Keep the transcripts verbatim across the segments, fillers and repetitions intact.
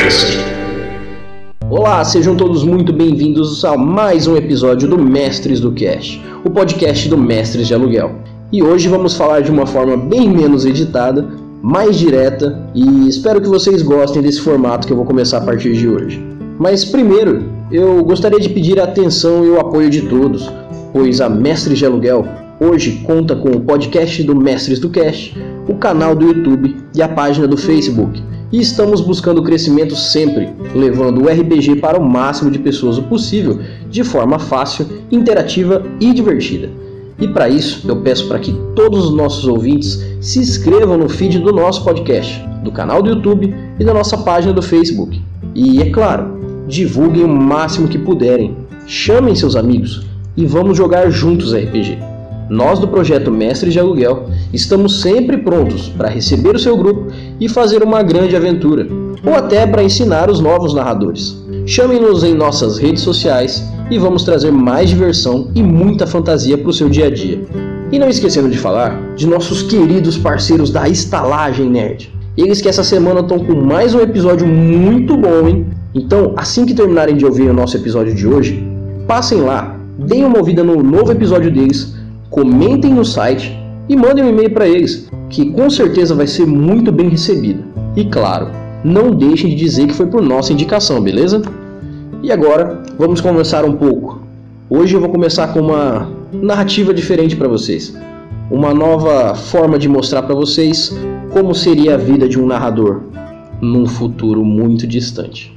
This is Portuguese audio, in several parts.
Cast. Olá, sejam todos muito bem-vindos a mais um episódio do Mestres do Cast, o podcast do Mestres de Aluguel. E hoje vamos falar de uma forma bem menos editada, mais direta, e espero que vocês gostem desse formato que eu vou começar a partir de hoje. Mas primeiro, eu gostaria de pedir a atenção e o apoio de todos, pois a Mestres de Aluguel hoje conta com o podcast do Mestres do Cast, o canal do YouTube e a página do Facebook. E estamos buscando crescimento sempre, levando o R P G para o máximo de pessoas o possível, de forma fácil, interativa e divertida. E para isso, eu peço para que todos os nossos ouvintes se inscrevam no feed do nosso podcast, do canal do YouTube e da nossa página do Facebook. E, é claro, divulguem o máximo que puderem, chamem seus amigos e vamos jogar juntos R P G. Nós do projeto Mestres de Aluguel estamos sempre prontos para receber o seu grupo e fazer uma grande aventura, ou até para ensinar os novos narradores. Chamem-nos em nossas redes sociais e vamos trazer mais diversão e muita fantasia para o seu dia a dia. E não esquecendo de falar de nossos queridos parceiros da Estalagem Nerd. Eles que essa semana estão com mais um episódio muito bom, hein? Então, assim que terminarem de ouvir o nosso episódio de hoje, passem lá, deem uma ouvida no novo episódio deles, comentem no site e mandem um e-mail para eles, que com certeza vai ser muito bem recebido. E claro, não deixem de dizer que foi por nossa indicação, beleza? E agora, vamos conversar um pouco. Hoje eu vou começar com uma narrativa diferente para vocês. Uma nova forma de mostrar para vocês como seria a vida de um narrador num futuro muito distante.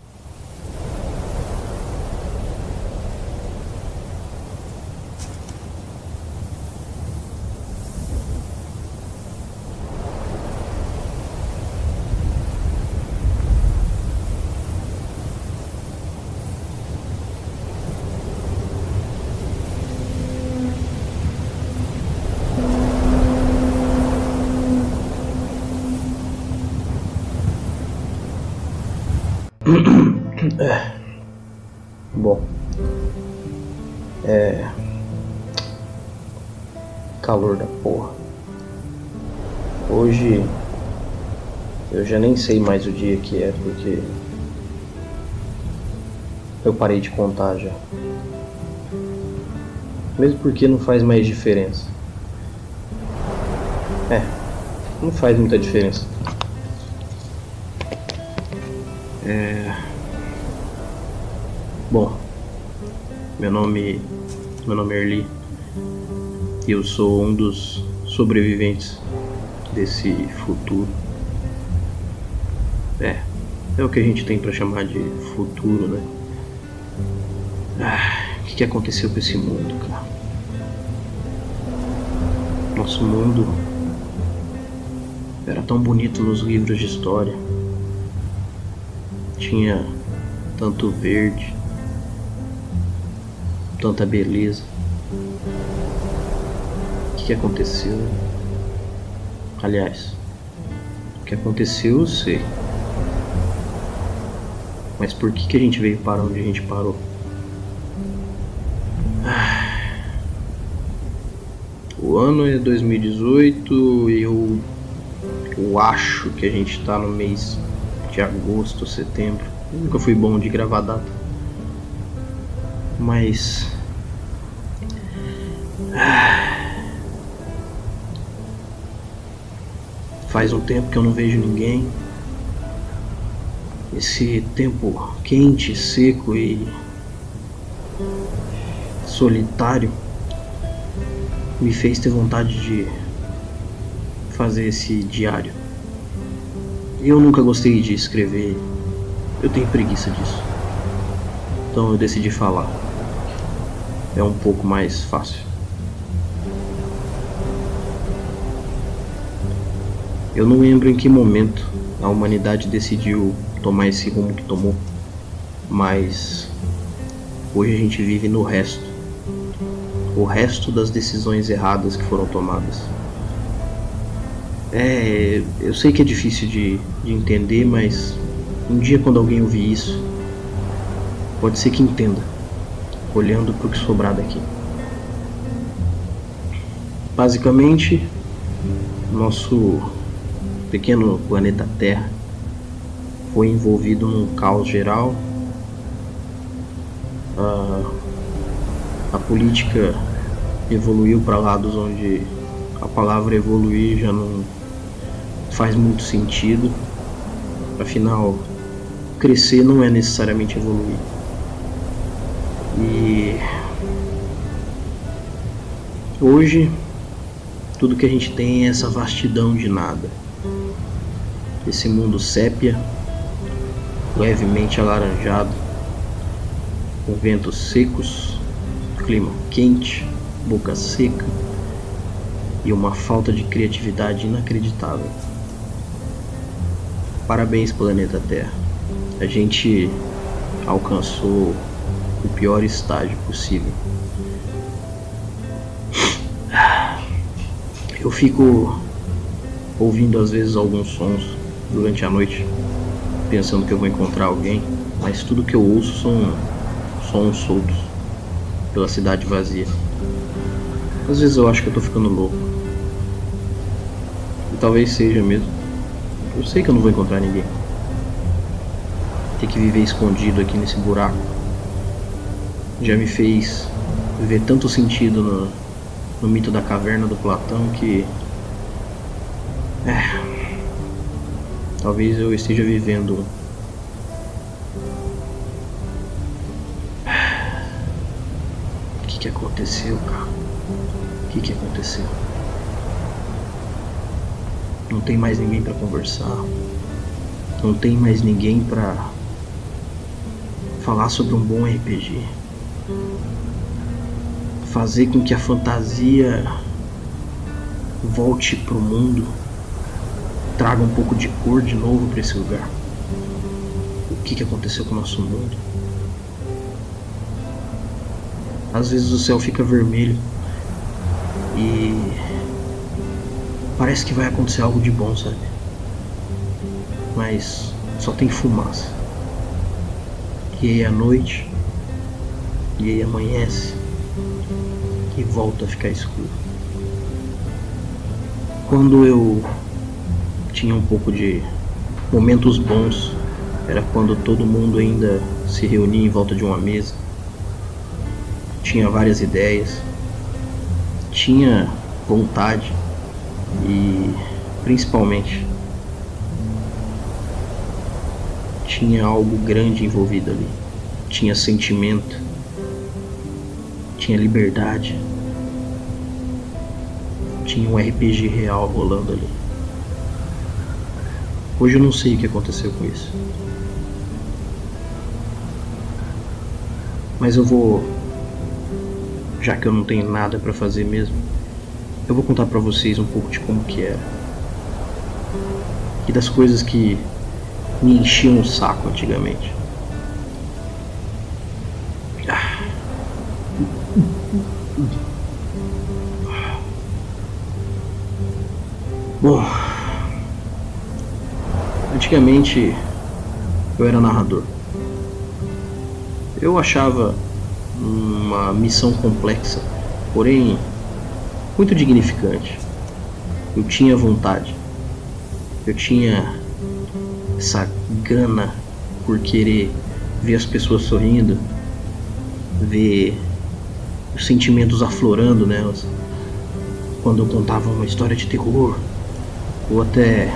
É. Bom, é calor da porra. Hoje eu já nem sei mais o dia que é, porque eu parei de contar já. Mesmo porque não faz mais diferença. É, não faz muita diferença. É... Bom, meu nome, meu nome é Erli e eu sou um dos sobreviventes desse futuro. É, é o que a gente tem pra chamar de futuro, né? Ah, o que, que aconteceu com esse mundo, cara? Nosso mundo era tão bonito nos livros de história. Tinha tanto verde, tanta beleza. O que, que aconteceu? Aliás, o que aconteceu eu sei. Mas por que, que a gente veio parar onde a gente parou? O ano é dois mil e dezoito e eu, eu acho que a gente tá no mês de agosto, setembro. Eu nunca fui bom de gravar data. Mas faz um tempo que eu não vejo ninguém. Esse tempo quente, seco e solitário me fez ter vontade de fazer esse diário. Eu nunca gostei de escrever, eu tenho preguiça disso. Então eu decidi falar. É um pouco mais fácil. Eu não lembro em que momento a humanidade decidiu tomar esse rumo que tomou, mas hoje a gente vive no resto. O resto das decisões erradas que foram tomadas. É, eu sei que é difícil de, de entender, mas um dia quando alguém ouvir isso, pode ser que entenda, olhando para o que sobrar daqui. Basicamente, nosso pequeno planeta Terra foi envolvido num caos geral. A, a política evoluiu para lados onde a palavra evoluir já não faz muito sentido. Afinal, crescer não é necessariamente evoluir. E hoje tudo que a gente tem é essa vastidão de nada. Esse mundo sépia, levemente alaranjado, com ventos secos, clima quente, boca seca e uma falta de criatividade inacreditável. Parabéns, planeta Terra. A gente alcançou o pior estágio possível. Eu fico ouvindo às vezes alguns sons durante a noite, pensando que eu vou encontrar alguém, mas tudo que eu ouço são sons soltos pela cidade vazia. Às vezes eu acho que eu tô ficando louco. E talvez seja mesmo. Eu sei que eu não vou encontrar ninguém. Ter que viver escondido aqui nesse buraco já me fez ver tanto sentido no, no mito da caverna do Platão que... É, talvez eu esteja vivendo o que que aconteceu, cara? O que que aconteceu? Não tem mais ninguém pra conversar. Não tem mais ninguém pra falar sobre um bom R P G. Fazer com que a fantasia volte pro mundo. Traga um pouco de cor de novo pra esse lugar. O que que aconteceu com o nosso mundo? Às vezes o céu fica vermelho e parece que vai acontecer algo de bom, sabe? Mas só tem fumaça. E aí à noite, e aí amanhece e volta a ficar escuro. Quando eu tinha um pouco de momentos bons, era quando todo mundo ainda se reunia em volta de uma mesa, tinha várias ideias, tinha vontade e principalmente tinha algo grande envolvido ali. Tinha sentimento, tinha liberdade, tinha um R P G real rolando ali. Hoje eu não sei o que aconteceu com isso, mas eu vou, já que eu não tenho nada pra fazer mesmo, eu vou contar pra vocês um pouco de como que era e das coisas que me enchiam o saco antigamente. Bom, antigamente eu era narrador. Eu achava uma missão complexa, porém muito dignificante. Eu tinha vontade, eu tinha essa gana por querer ver as pessoas sorrindo, ver os sentimentos aflorando nelas. Quando eu contava uma história de terror, ou até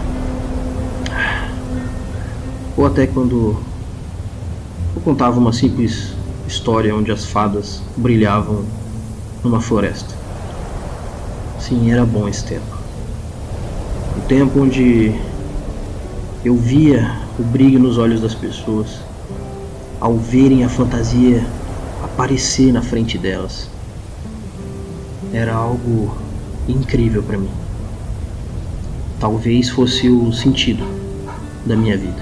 ou até quando eu contava uma simples história onde as fadas brilhavam numa floresta. Sim, era bom esse tempo. O tempo onde eu via o brilho nos olhos das pessoas ao verem a fantasia aparecer na frente delas. Era algo incrível para mim. Talvez fosse o sentido da minha vida.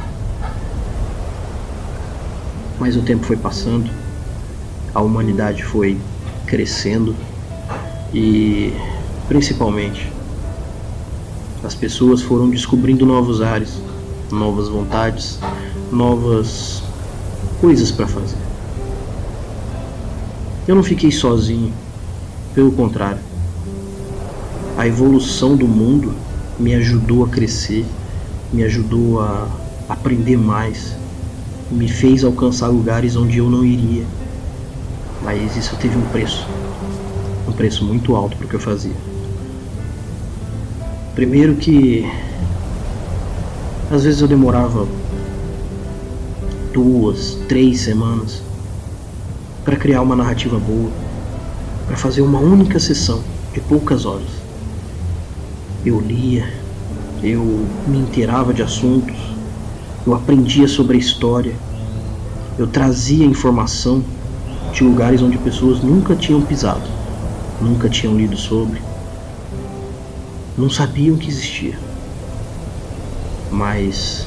Mas o tempo foi passando, a humanidade foi crescendo e, principalmente, as pessoas foram descobrindo novos ares, novas vontades, novas coisas para fazer. Eu não fiquei sozinho, pelo contrário. A evolução do mundo me ajudou a crescer, me ajudou a aprender mais, me fez alcançar lugares onde eu não iria. Mas isso teve um preço, um preço muito alto para o que eu fazia. Primeiro que às vezes eu demorava duas, três semanas para criar uma narrativa boa, para fazer uma única sessão de poucas horas. Eu lia, eu me inteirava de assuntos, eu aprendia sobre a história, eu trazia informação de lugares onde pessoas nunca tinham pisado, nunca tinham lido sobre, não sabiam que existia. Mas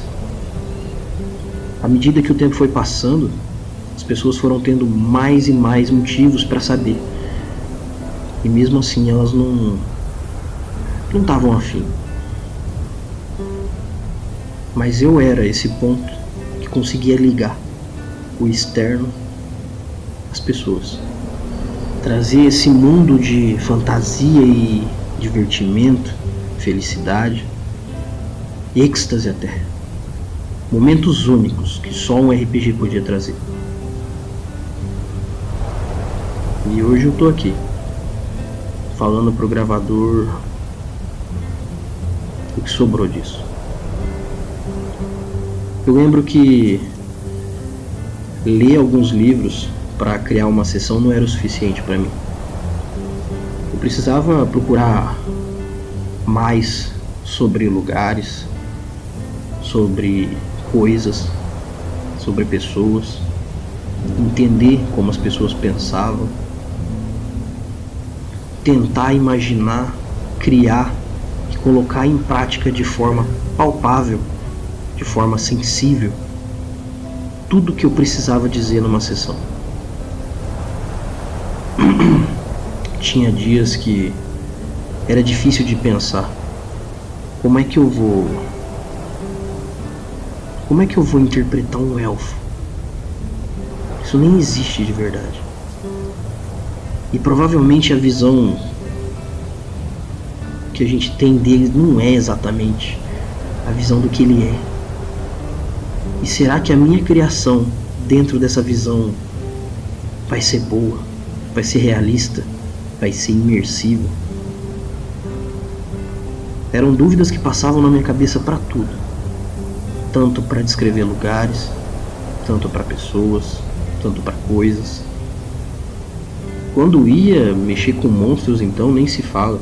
à medida que o tempo foi passando, as pessoas foram tendo mais e mais motivos para saber. E mesmo assim elas não não estavam afim. Mas eu era esse ponto que conseguia ligar o externo às pessoas, trazer esse mundo de fantasia e divertimento, felicidade, êxtase até, momentos únicos que só um R P G podia trazer. E hoje eu tô aqui falando pro gravador o que sobrou disso. Eu lembro que ler alguns livros para criar uma sessão não era o suficiente para mim. Eu precisava procurar mais sobre lugares, sobre coisas, sobre pessoas, entender como as pessoas pensavam, tentar imaginar, criar e colocar em prática de forma palpável, de forma sensível, tudo que eu precisava dizer numa sessão. Tinha dias que era difícil de pensar. Como é que eu vou... Como é que eu vou interpretar um elfo? Isso nem existe de verdade. E provavelmente a visão que a gente tem dele não é exatamente a visão do que ele é. E será que a minha criação dentro dessa visão vai ser boa? Vai ser realista? Vai ser imersiva? Eram dúvidas que passavam na minha cabeça para tudo. Tanto para descrever lugares, tanto para pessoas, tanto para coisas. Quando ia mexer com monstros, então, nem se fala.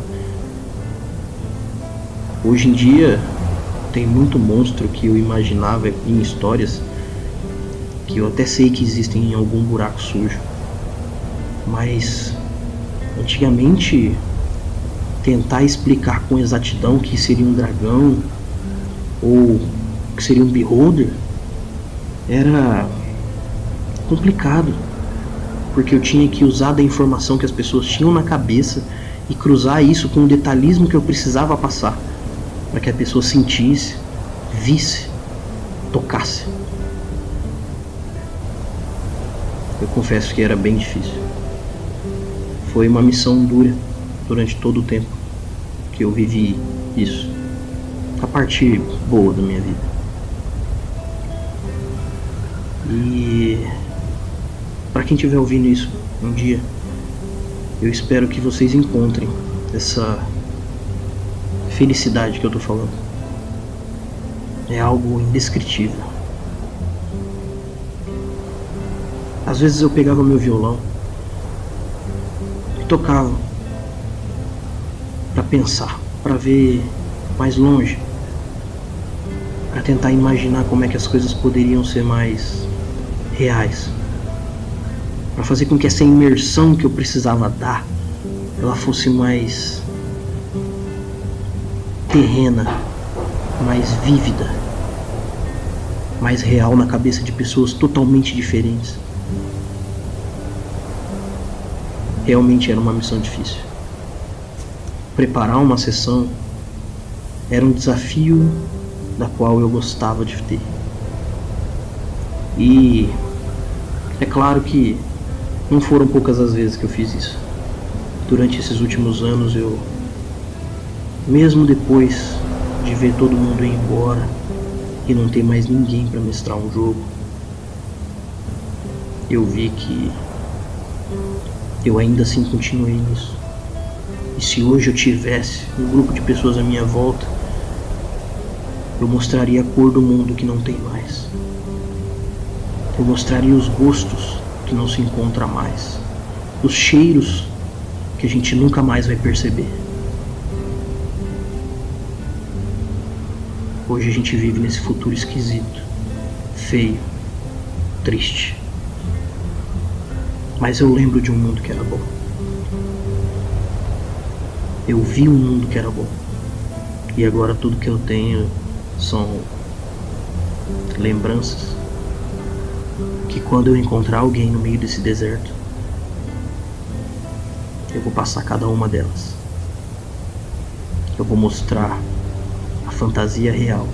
Hoje em dia tem muito monstro que eu imaginava em histórias que eu até sei que existem em algum buraco sujo. Mas antigamente tentar explicar com exatidão que seria um dragão ou que seria um beholder era complicado, porque eu tinha que usar da informação que as pessoas tinham na cabeça e cruzar isso com o detalhismo que eu precisava passar para que a pessoa sentisse, visse, tocasse. Eu confesso que era bem difícil. Foi uma missão dura durante todo o tempo que eu vivi isso. A parte boa da minha vida. E para quem estiver ouvindo isso um dia, eu espero que vocês encontrem essa felicidade que eu tô falando. É algo indescritível. Às vezes eu pegava meu violão e tocava para pensar, para ver mais longe, para tentar imaginar como é que as coisas poderiam ser mais reais, para fazer com que essa imersão que eu precisava dar, ela fosse mais terrena, mais vívida, mais real na cabeça de pessoas totalmente diferentes. Realmente era uma missão difícil. Preparar uma sessão era um desafio da qual eu gostava de ter. E é claro que não foram poucas as vezes que eu fiz isso. Durante esses últimos anos eu, mesmo depois de ver todo mundo ir embora, e não ter mais ninguém para mestrar um jogo, eu vi que eu ainda assim continuei nisso. E se hoje eu tivesse um grupo de pessoas à minha volta, eu mostraria a cor do mundo que não tem mais. Eu mostraria os gostos que não se encontra mais, os cheiros que a gente nunca mais vai perceber. Hoje a gente vive nesse futuro esquisito, feio, triste. Mas eu lembro de um mundo que era bom. Eu vi um mundo que era bom. E agora tudo que eu tenho são lembranças que quando eu encontrar alguém no meio desse deserto, eu vou passar cada uma delas. Eu vou mostrar a fantasia real.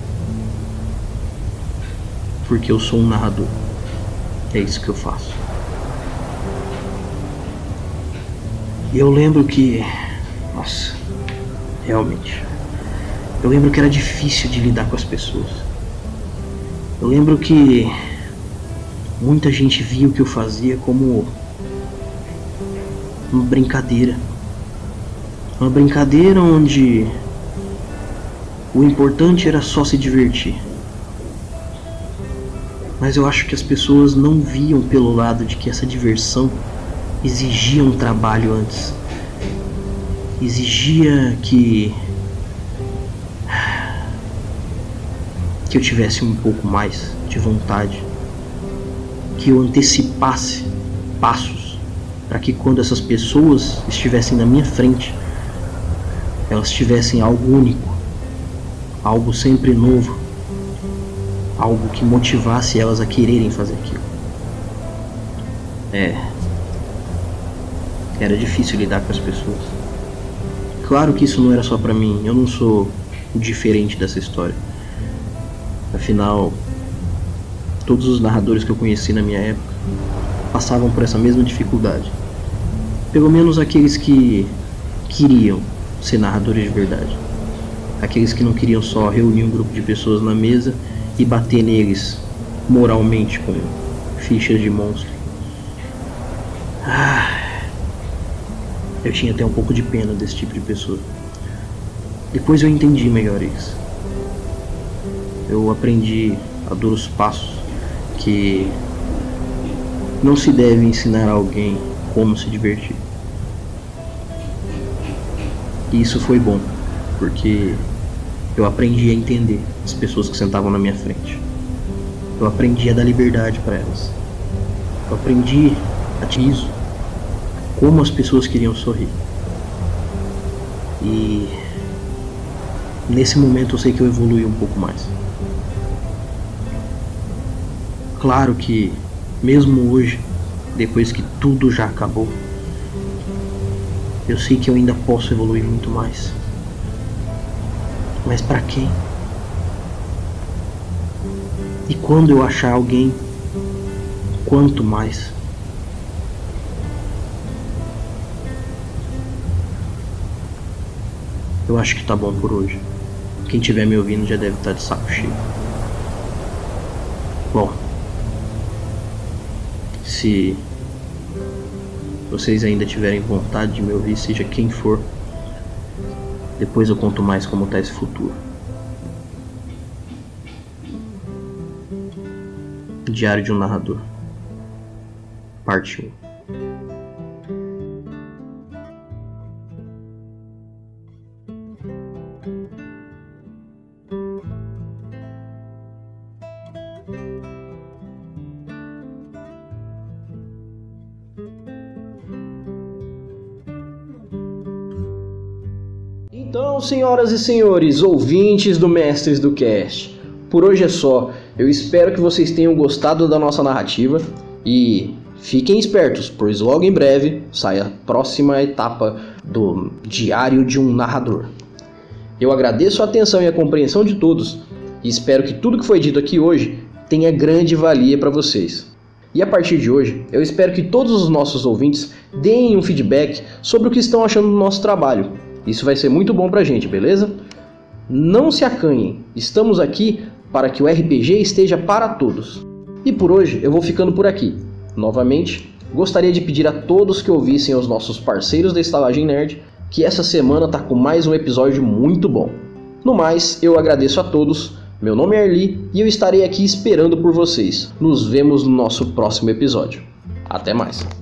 Porque eu sou um narrador. É isso que eu faço. E eu lembro que... Nossa, realmente. Eu lembro que era difícil de lidar com as pessoas. Eu lembro que muita gente via o que eu fazia como uma brincadeira. Uma brincadeira onde o importante era só se divertir. Mas eu acho que as pessoas não viam pelo lado de que essa diversão exigia um trabalho antes. Exigia que que eu tivesse um pouco mais de vontade, que eu antecipasse passos para que quando essas pessoas estivessem na minha frente, elas tivessem algo único, algo sempre novo, algo que motivasse elas a quererem fazer aquilo. É, era difícil lidar com as pessoas. Claro que isso não era só pra mim, eu não sou o diferente dessa história. Afinal, todos os narradores que eu conheci na minha época passavam por essa mesma dificuldade. Pelo menos aqueles que queriam ser narradores de verdade. Aqueles que não queriam só reunir um grupo de pessoas na mesa e bater neles moralmente com fichas de monstro. Ah, eu tinha até um pouco de pena desse tipo de pessoa. Depois eu entendi melhor isso. Eu aprendi a duros passos que não se deve ensinar a alguém como se divertir. E isso foi bom, porque eu aprendi a entender as pessoas que sentavam na minha frente. Eu aprendi a dar liberdade para elas. Eu aprendi a tiso como as pessoas queriam sorrir. E nesse momento eu sei que eu evolui um pouco mais. Claro que mesmo hoje, depois que tudo já acabou, eu sei que eu ainda posso evoluir muito mais. Mas pra quem? E quando eu achar alguém, quanto mais? Eu acho que tá bom por hoje. Quem estiver me ouvindo já deve estar de saco cheio. Bom, se vocês ainda tiverem vontade de me ouvir, seja quem for, depois eu conto mais como tá esse futuro. Diário de um Narrador, parte um. Então, senhoras e senhores, ouvintes do Mestres do Cast, por hoje é só. Eu espero que vocês tenham gostado da nossa narrativa e fiquem espertos, pois logo em breve sai a próxima etapa do Diário de um Narrador. Eu agradeço a atenção e a compreensão de todos e espero que tudo que foi dito aqui hoje tenha grande valia para vocês. E a partir de hoje, eu espero que todos os nossos ouvintes deem um feedback sobre o que estão achando do nosso trabalho. Isso vai ser muito bom pra gente, beleza? Não se acanhem, estamos aqui para que o R P G esteja para todos. E por hoje eu vou ficando por aqui. Novamente, gostaria de pedir a todos que ouvissem os nossos parceiros da Estalagem Nerd que essa semana tá com mais um episódio muito bom. No mais, eu agradeço a todos, meu nome é Arli e eu estarei aqui esperando por vocês. Nos vemos no nosso próximo episódio. Até mais!